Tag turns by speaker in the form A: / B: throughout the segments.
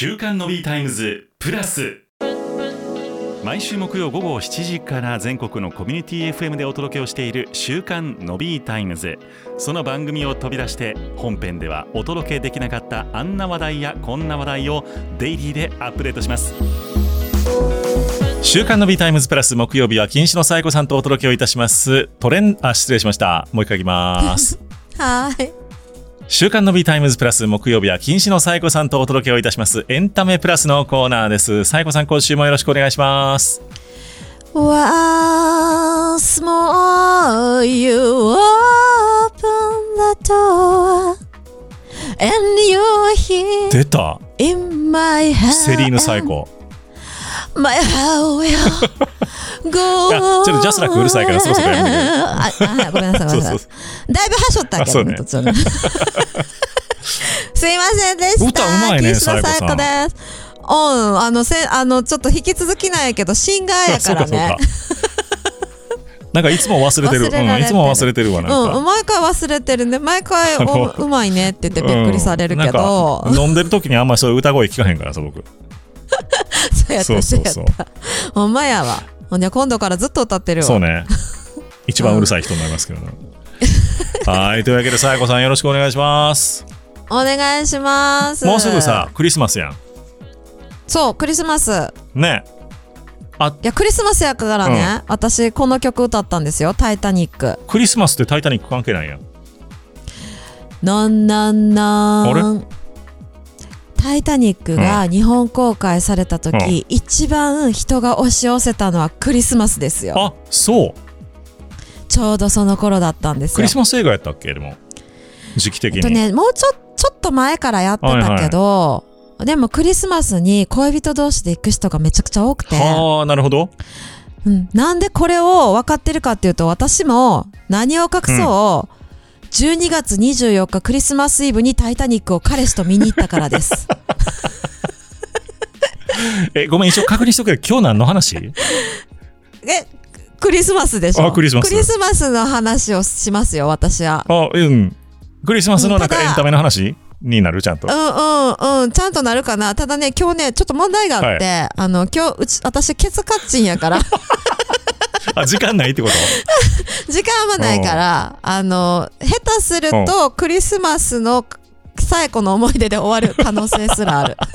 A: 週刊の B タイムズプラス、毎週木曜午後7時から全国のコミュニティ FM でお届けをしている週刊の B タイムズ。その番組を飛び出して本編ではお届けできなかったあんな話題やこんな話題をデイリーでアップデートします。週刊の B タイムズプラス、木曜日は金子の紗友子さんとお届けをいたします。失礼しました。もう一回いきます
B: はい。
A: 週刊の B タイムズプラス、木曜日は金子の紗友子さんとお届けをいたしますエンタメプラスのコーナーです。紗友子さん、今週もよろしくお願いします。
B: Once more you open the door and you're here
A: 出た
B: in my heart
A: セリーヌ紗友子
B: My heart will go
A: ちょっとジャスラックうるさいからそろそろやめて
B: ごめんなさいごめんなさい。だいぶはしょったけどね、途中ねすいませんでした。
A: 歌うまいね、
B: 岸野紗友子です。ちょっと引き続きなんやけどシンガーやからね
A: なんかいつも忘れてる、いつも忘れてるわ。なんか
B: 毎回忘れてるね。毎回うまいねって言ってびっくりされるけど、
A: 飲んでる時にあんまりそういう歌声聞かへんからさ、僕
B: そうやったほんまやわ。ほんじゃ今度からずっと歌ってるわ。
A: そうね一番うるさい人になりますけどねはい、というわけで紗友子さんよろしくお願いします。
B: お願いします。
A: もうすぐさクリスマスやん。
B: そうクリスマス
A: ね。
B: いやクリスマスやからね、私この曲歌ったんですよ、タイタニック。
A: クリスマスってタイタニック関係ないやん。
B: なんタイタニックが日本公開された時、一番人が押し寄せたのはクリスマスですよ。
A: あ、そう
B: ちょうどその頃だったんですよ。
A: クリスマス映画やったっけ？でも時期的に、
B: もうちょっと前からやってたけど、でもクリスマスに恋人同士で行く人がめちゃくちゃ多くて、
A: なるほど、
B: なんでこれを分かってるかっていうと、私も何を隠そう、12月24日クリスマスイブにタイタニックを彼氏と見に行ったからです
A: ごめん、一応確認しとくけど今日何の話？
B: クリスマスでしょ。
A: クリスマ
B: スの話をしますよ、私は。
A: クリスマスのなんかエンタメの話になる？ちゃんとち
B: ゃんとなるかな。ただね、今日ねちょっと問題があって、今日私ケツカッチンやから
A: 時間ないってこと？
B: 時間はないから下手するとクリスマスの紗友子の思い出で終わる可能性すらある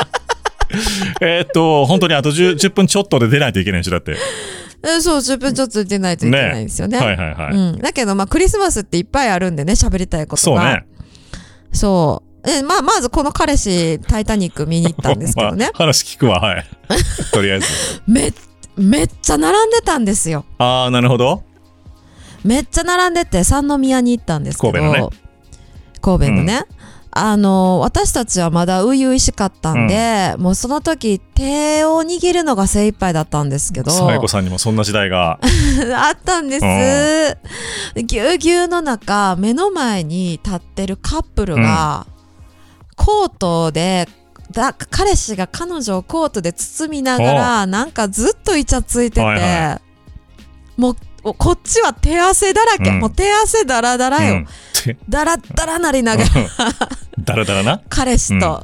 A: 本当にあと 10分ちょっとで出ないといけないんでしょ、だって。
B: そう、10分ちょっと出ないといけないんですよね。だけどクリスマスっていっぱいあるんでね、喋りたいことが。そうね。まずこの彼氏タイタニック見に行ったんですけどね
A: 話聞くわ。はいとりあえず
B: めっちゃ並んでたんですよ。
A: なるほど。
B: めっちゃ並んでて三宮に行ったんですけど、神戸のね、私たちはまだ初々しかったんで、もうその時手を握るのが精一杯だったんですけど、
A: 紗友子さんにもそんな時代が
B: あったんです。ぎゅうぎゅうの中、目の前に立ってるカップルが、コートで彼氏が彼女をコートで包みながらなんかずっとイチャついてて、もうこっちは手汗だらけ、もう手汗だらだらよ、だらだらなりながら
A: だらだらな
B: 彼氏と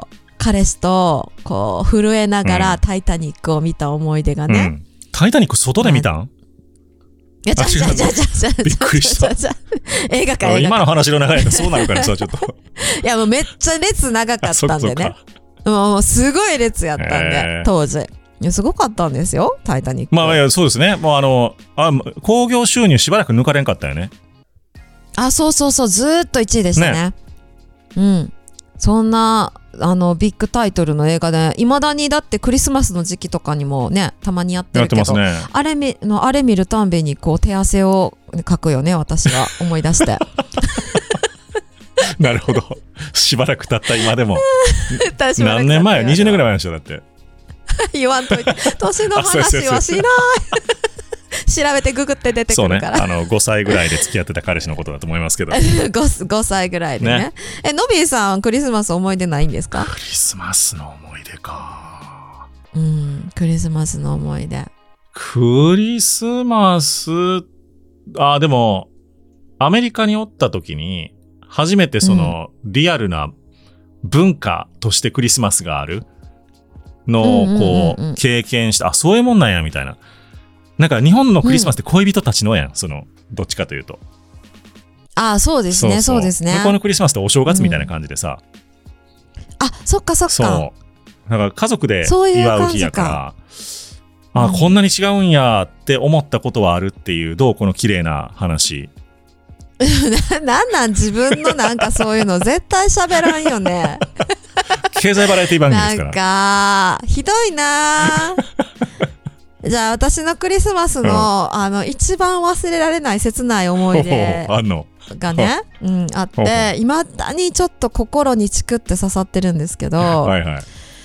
B: こう震えながらタイタニックを見た思い出がね。
A: タイタニック外で見たん？
B: いや、びっくりした。映画か。
A: 今の話の流れがそうなるからさ、ちょっと
B: いや、もうめっちゃ列長かったんでね。もうすごい列やったんで、当時。いや、すごかったんですよ、タイタニック。
A: そうですね。もう興行収入しばらく抜かれんかったよね。
B: そう、ずーっと1位でしたね。そんなビッグタイトルの映画で、いまだにだってクリスマスの時期とかにもね、たまにやってるけど、あれ見るたんびにこう手汗をかくよね、私が思い出して
A: なるほど。しばらく経った今でも何年前？20年ぐらい前でしょ、だって
B: 言わんといて、年の話はしない調べてググって出てくるから。
A: そうね、5歳ぐらいで付き合ってた彼氏のことだと思いますけど
B: 5歳ぐらいでね。のびーさん、クリスマス思い出ないんですか？
A: クリスマスの思い出か。
B: クリスマスの思い出。
A: クリスマス、でもアメリカにおった時に初めてリアルな文化としてクリスマスがあるのをこう経験して、あ、そういうもんなんやみたいな。なんか日本のクリスマスって恋人たちのやん、そのどっちかというと。
B: あ、そうですね、そうですね。
A: 向こうのクリスマスってお正月みたいな感じでさ。
B: あ、そっかそっか。
A: そう。だから家族で
B: そういう
A: 祝う日やから、あ、こんなに違うんやって思ったことはあるっていう、どうこの綺麗な話。
B: なん自分のなんかそういうの絶対喋らんよね。
A: 経済バラエティ番組ですから。
B: なんかひどいな。じゃあ私のクリスマスの、一番忘れられない切ない思い出
A: あんの
B: がね、あって未だにちょっと心にチクって刺さってるんですけど、
A: はいはい、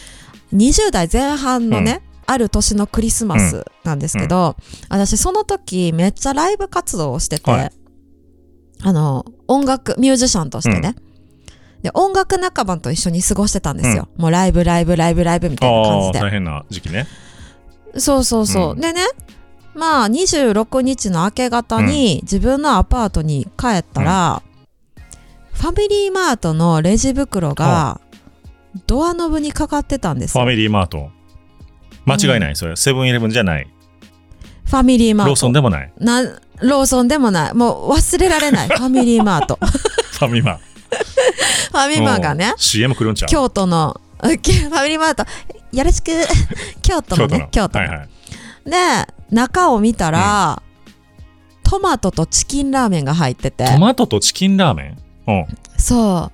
B: 20代前半のね、ある年のクリスマスなんですけど、私その時めっちゃライブ活動をしてて、
A: はい、
B: 音楽ミュージシャンとしてね、で音楽仲間と一緒に過ごしてたんですよ、もうライブみたいな感じで。
A: 大変な時期ね。
B: そうそうそう、でね、まあ26日の明け方に自分のアパートに帰ったら、ファミリーマートのレジ袋がドアノブにかかってたんですよ。
A: ファミリーマート間違いない、それセブンイレブンじゃない、
B: ファミリーマート、
A: ローソンでもない、
B: ローソンでもない、もう忘れられないファミリーマート
A: ファミマ
B: ファミマがね、
A: CM 来るんちゃう、
B: 京都のファミリーマートよろしく京都のね、京都の、はいはい、で中を見たら、トマトとチキンラーメンが入ってて。
A: トマトとチキンラーメン、
B: そう、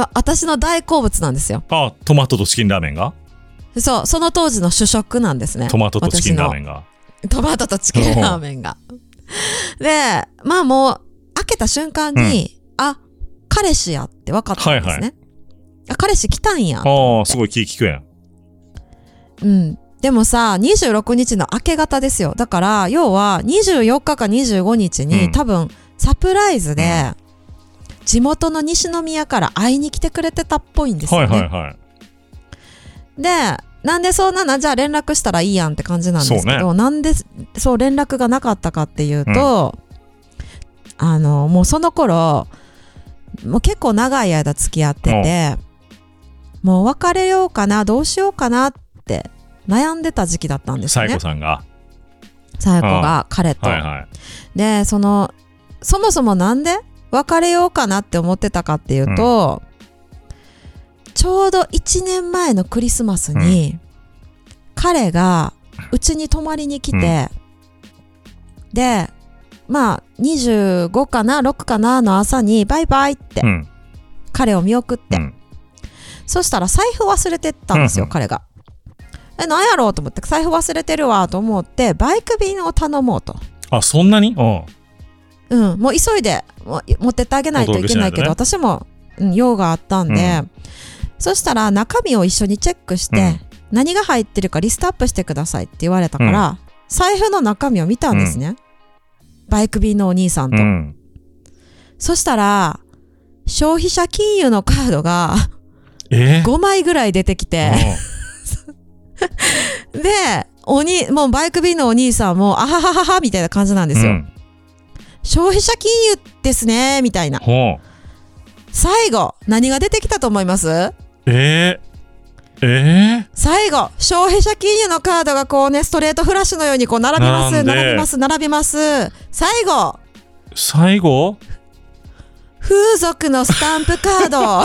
B: 私の大好物なんですよ。
A: あ、トマトとチキンラーメンが、
B: そう、その当時の主食なんですね。
A: トマトとチキンラーメンが、
B: トマトとチキンラーメンがで、まあもう開けた瞬間に、あ、彼氏やって分かったんですね、はいはい、あ、彼氏来たんや。
A: ああ、すごい気利くや
B: ん。でもさ、26日の明け方ですよ。だから要は24日か25日に、多分サプライズで地元の西宮から会いに来てくれてたっぽいんですよね。はいはいはい。で、なんでそんなじゃあ連絡したらいいやんって感じなんですけど、なんでそう連絡がなかったかっていうと、もうその頃もう結構長い間付き合ってて、もう別れようかな、どうしようかなって悩んでた時期だったんですよね。
A: サイコさんが、
B: サイコが彼と、はいはい、でそもそもなんで別れようかなって思ってたかっていうと、ちょうど1年前のクリスマスに、彼がうちに泊まりに来て、でまあ25かな6かなの朝にバイバイって、彼を見送って、そしたら財布忘れてったんですよ、彼が。何やろうと思って、財布忘れてるわと思ってバイク便を頼もうと。
A: あ、そんなに？も
B: う急いで持ってってあげないといけないけど、私も、用があったんで、そしたら中身を一緒にチェックして、何が入ってるかリストアップしてくださいって言われたから、財布の中身を見たんですね、バイク便のお兄さんと、そしたら消費者金融のカードが5枚ぐらい出てきてでもうバイク便のお兄さんもあははははみたいな感じなんですよ、消費者金融ですねみたいな。最後何が出てきたと思います？最後消費者金融のカードがこうね、ストレートフラッシュのようにこう並びます。最後風俗のスタンプカード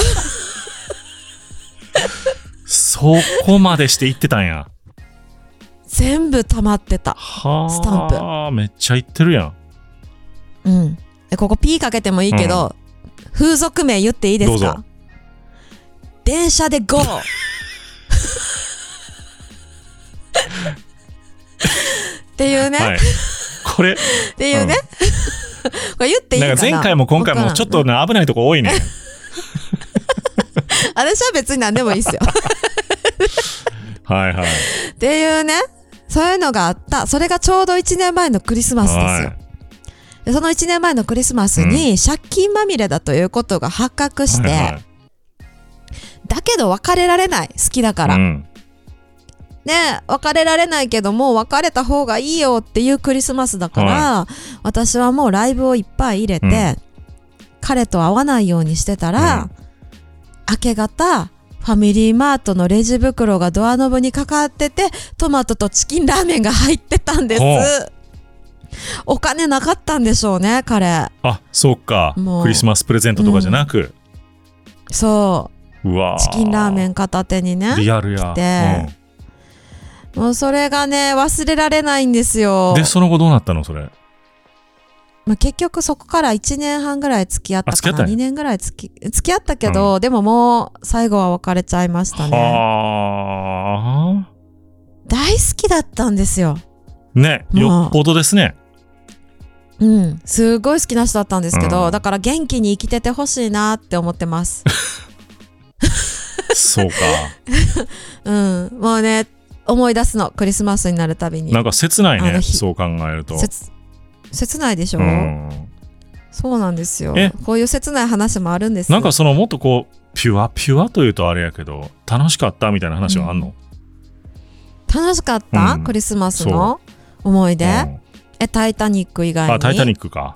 A: そこまでして言ってたんや。
B: 全部溜まってた、スタンプ。
A: めっちゃ言ってるや
B: ん。ここ P かけてもいいけど、風俗名言っていいですか？電車で GO っていうね、
A: これ
B: っていうね、これ言っていいかな。
A: なんか前回も今回もちょっと危ないとこ多いね
B: 私は別に何でもいいっすよ
A: はいはい。
B: っていうね、そういうのがあった。それがちょうど1年前のクリスマスですよ。でその1年前のクリスマスに借金まみれだということが発覚して、だけど別れられない、好きだから、ね、別れられないけどもう別れた方がいいよっていうクリスマスだから、私はもうライブをいっぱい入れて、彼と会わないようにしてたら、明け方ファミリーマートのレジ袋がドアノブにかかってて、トマトとチキンラーメンが入ってたんです。お金なかったんでしょうね、彼。
A: あ、そうか。クリスマスプレゼントとかじゃなく、
B: そう。
A: うわ、
B: チキンラーメン片手にね、
A: リアルや。
B: 来て、もうそれがね、忘れられないんですよ。
A: で、その後どうなったのそれ。
B: 結局そこから1年半ぐらい付き合ったかな。2年ぐらい付き合ったけど、でももう最後は別れちゃいましたね。大好きだったんですよ。
A: ね、よっぽどですね。
B: すごい好きな人だったんですけど、だから元気に生きててほしいなって思ってます。
A: そうか。
B: もうね、思い出すの、クリスマスになるたびに。
A: なんか切ないね、そう考えると。
B: 切ないでしょ、そうなんですよ。こういう切ない話もあるんですよ。
A: なんかそのもっとこうピュアというとあれやけど、楽しかったみたいな話はあんの？
B: 楽しかった、クリスマスの思い出、タイタニック以外に。
A: タイタニックか。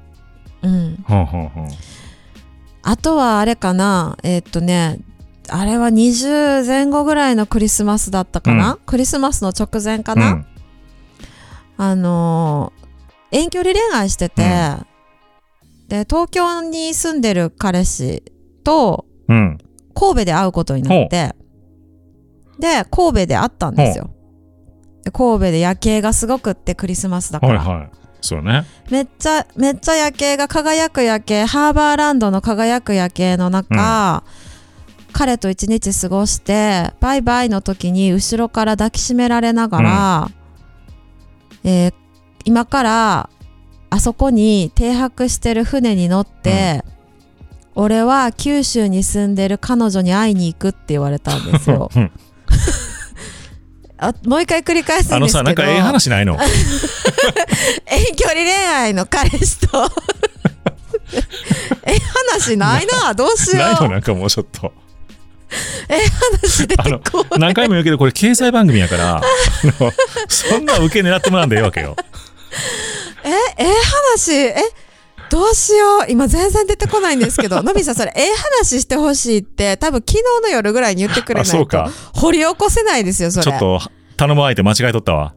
B: あとはあれかな、あれは20前後ぐらいのクリスマスだったかな、クリスマスの直前かな、遠距離恋愛してて、で東京に住んでる彼氏と神戸で会うことになって、で神戸で会ったんですよ。で神戸で夜景がすごくってクリスマスだから、
A: そうね、
B: めっちゃ夜景が輝く夜景、ハーバーランドの輝く夜景の中、彼と一日過ごしてバイバイの時に後ろから抱きしめられながら、今からあそこに停泊してる船に乗って、俺は九州に住んでる彼女に会いに行くって言われたんですよ。もう一回繰り返すんですけど、
A: なんか話ないの？
B: 遠距離恋愛の彼氏と話ないな、どうしよう。
A: ないの？なんかもうちょっと
B: 話出てこない。
A: 何回も言うけどこれ経済番組やからそんな受け狙ってもらうんでいいわけよ。
B: 話どうしよう、今全然出てこないんですけどのびさん、それ話してほしいって多分昨日の夜ぐらいに言ってくれないと掘り起こせないですよ。それ
A: ちょっと頼む相手間違えとったわ。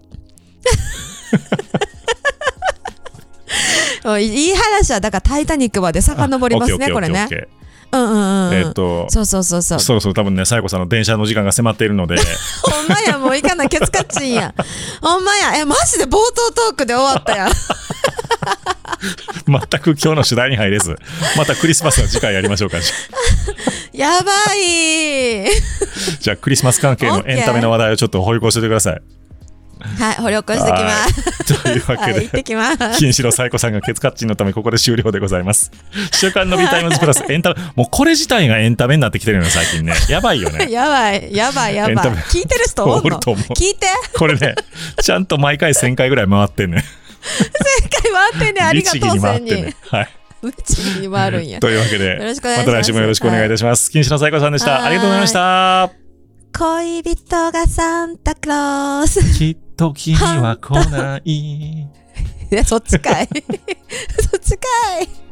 B: いい話はだからタイタニックまで遡りますね、これね。そうそろ
A: そろ多分ね、さやこさんの電車の時間が迫っているので
B: ほんまや、もういかなケツカッチンやほんまや、マジで冒頭トークで終わったやん
A: 全く今日の主題に入れず、またクリスマスの次回やりましょうか。
B: やばい
A: じゃあクリスマス関係のエンタメの話題をちょっと掘り起こしてください。
B: はい、掘り起こしてきます。
A: というわけで、
B: 行ってきます。
A: 金城彩子さんがケツカッチンのためここで終了でございます。週刊のビタイムズプラスエンタメ、もうこれ自体がエンタメになってきてるのよ最近ね。やばいよね。
B: やばい。聞いてる人おんの？
A: と思う。
B: 聞いて。
A: これね、ちゃんと毎回1000回ぐらい回ってんね。
B: 1000回回ってんね。ありがとう。
A: 律儀に回ってんね。はい。
B: 律儀に回るんや。
A: というわけで、また来週もよろしくお願いいたします。金城彩子さんでした。ありがとうございました。
B: 恋人がサンタクロース。
A: きっと君は来ない。
B: そっちかい。そっちかい。